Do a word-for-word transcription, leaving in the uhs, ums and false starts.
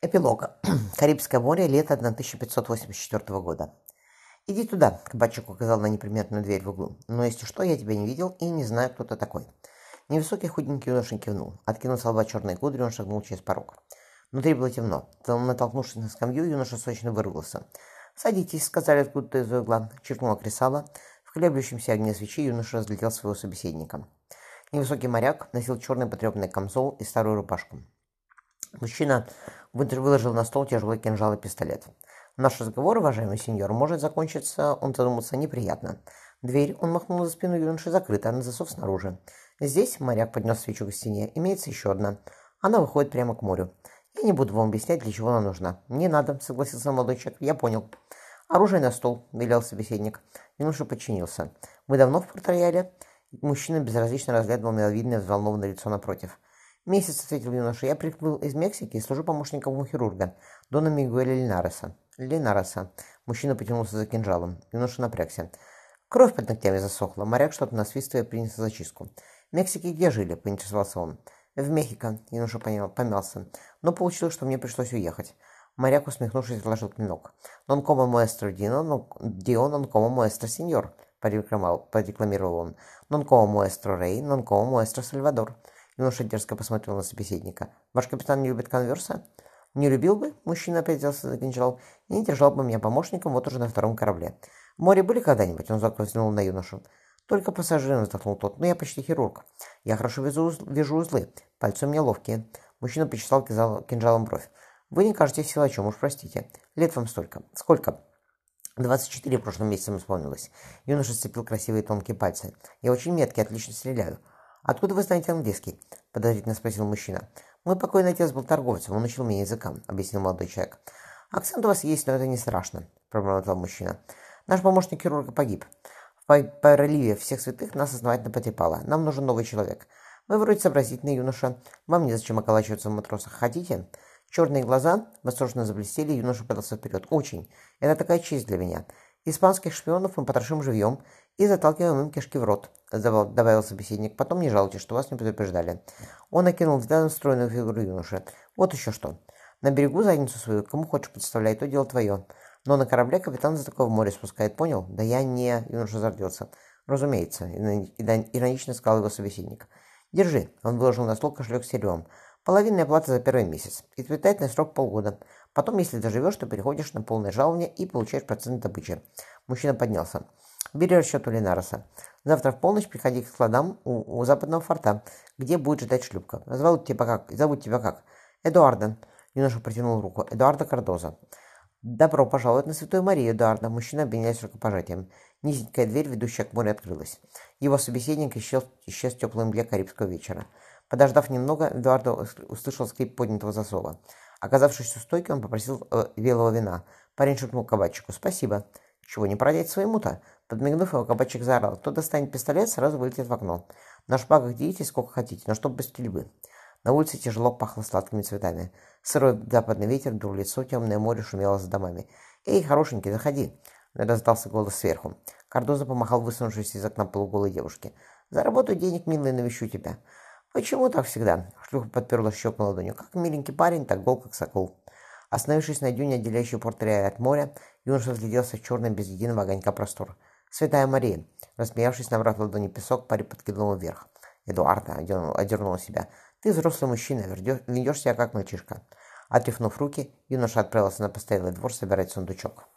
Эпилога. Карибское море, лето тысяча пятьсот восемьдесят четвёртого года. «Иди туда», — кабачик указал на неприметную дверь в углу. «Но если что, я тебя не видел и не знаю, кто ты такой». Невысокий худенький юноша кивнул. Откинул с лба черные кудри, он шагнул через порог. Внутри было темно. Натолкнувшись на скамью, юноша сочно выругался. «Садитесь», — сказали откуда-то из угла. Чиркнуло кресало. В колеблющемся огне свечи юноша разглядел своего собеседника. Невысокий моряк носил черный потрепанный камзол и старую рубашку. Мужчина выложил на стол тяжелый кинжал и пистолет. «Наш разговор, уважаемый сеньор, может закончиться, он задумался, неприятно. Дверь, он махнул за спину юноши, закрыта, а на засов снаружи. Здесь, моряк поднес свечу к стене, имеется еще одна. Она выходит прямо к морю. Я не буду вам объяснять, для чего она нужна». «Не надо», — согласился молодой человек, — «я понял». «Оружие на стол», — велел собеседник. Юноша подчинился. «Вы давно в Порт-Рояле?» Мужчина безразлично разглядывал миловидное взволнованное лицо напротив. «Месяц», — ответил юноша, — «я прибыл из Мексики и служу помощником у хирурга, Дона Мигуэля Линареса». «Линареса». Мужчина потянулся за кинжалом. Юноша напрягся. Кровь под ногтями засохла. Моряк, что-то насвистывая, принялся зачистку. «В Мексике где жили?» — поинтересовался он. «В Мехико», — юноша понял, помялся. «Но получилось, что мне пришлось уехать». Моряк, усмехнувшись, отложил клинок. «Non como muestro Дио, Дио, non como muestro сеньор», — продекламировал он. «Non como muestro рей, non como muestro Сальвадор». Юноша дерзко посмотрел на собеседника. «Ваш капитан не любит конверса?» «Не любил бы?» — мужчина опять взялся за кинжал. «И не держал бы меня помощником вот уже на втором корабле». «В море были когда-нибудь?» — он взглянул на юношу. «Только пассажиры», — вздохнул тот. «Но я почти хирург. Я хорошо вяжу, уз... вяжу узлы. Пальцы у меня ловкие». Мужчина почесал кинжалом бровь. «Вы не кажетесь силачом, уж простите. Лет вам столько». «Сколько?» «Двадцать четыре прошлым месяцем исполнилось». Юноша сцепил красивые тонкие пальцы. «Я очень меткий, отлично стреляю». «Откуда вы знаете английский?» — подозрительно спросил мужчина. «Мой покойный отец был торговцем, он учил меня языкам», — объяснил молодой человек. «Акцент у вас есть, но это не страшно», — пробормотал мужчина. «Наш помощник хирурга погиб. В проливе всех святых нас основательно потрепало. Нам нужен новый человек. Вы вроде сообразительный юноша. Вам незачем околачиваться в матросах. Хотите?» Черные глаза восторженно заблестели, юноша подался вперед. «Очень. Это такая честь для меня. Испанских шпионов мы потрошим живьем и заталкиваем им кишки в рот», — добавил собеседник. «Потом не жалуйте, что вас не предупреждали». Он окинул взглядом стройную фигуру юноши. «Вот еще что. На берегу задницу свою, кому хочешь подставляй, то дело твое. Но на корабле капитан за такое в море спускает, понял?» «Да я не...» — юноша зарделся. «Разумеется», — иронично сказал его собеседник. «Держи». Он выложил на стол кошелек с серебром. «Половинная плата за первый месяц. Испытательный срок полгода. Потом, если доживешь, то переходишь на полное жалование и получаешь процент добычи». Мужчина поднялся. «Бери расчет у Линареса. Завтра в полночь приходи к складам у, у западного форта, где будет ждать шлюпка. Зовут тебя как? Зовут тебя как?» «Эдуарда». Юноша протянул руку. «Эдуарда Кардоза». «Добро пожаловать на Святую Марию, Эдуарда». Мужчина обменялся рукопожатием. Низенькая дверь, ведущая к морю, открылась. Его собеседник исчез, исчез в теплом мгле карибского вечера. Подождав немного, Эдуардо услышал скрип поднятого засова. Оказавшись у стойки, он попросил э, белого вина. Парень шепнул кабачику: «Спасибо». «Чего не продать своему-то?» Подмигнув его, кабачик заорал: «Кто достанет пистолет, сразу вылетит в окно. На шпагах делитесь сколько хотите, но чтоб без стрельбы». На улице тяжело пахло сладкими цветами. Сырой западный ветер дул лицо, темное море шумело за домами. «Эй, хорошенький, заходи!» — раздался голос сверху. Кардоза помахал высунувшись из окна полуголой девушке. «Заработаю денег, милый, навещу тебя». «Почему так всегда?» — шлюха подперла щеку ладонью. «Как миленький парень, так гол, как сокол». Остановившись на дюне, отделяющей Порт-Рояль от моря, юноша взгляделся в черный без единого огонька простор. «Святая Мария!» Рассмеявшись, набрав ладони песок, парень подкинул вверх. «Эдуарда!» — одернул, одернул себя. «Ты взрослый мужчина, ведешь себя как мальчишка». Отряхнув руки, юноша отправился на постоялый двор собирать сундучок.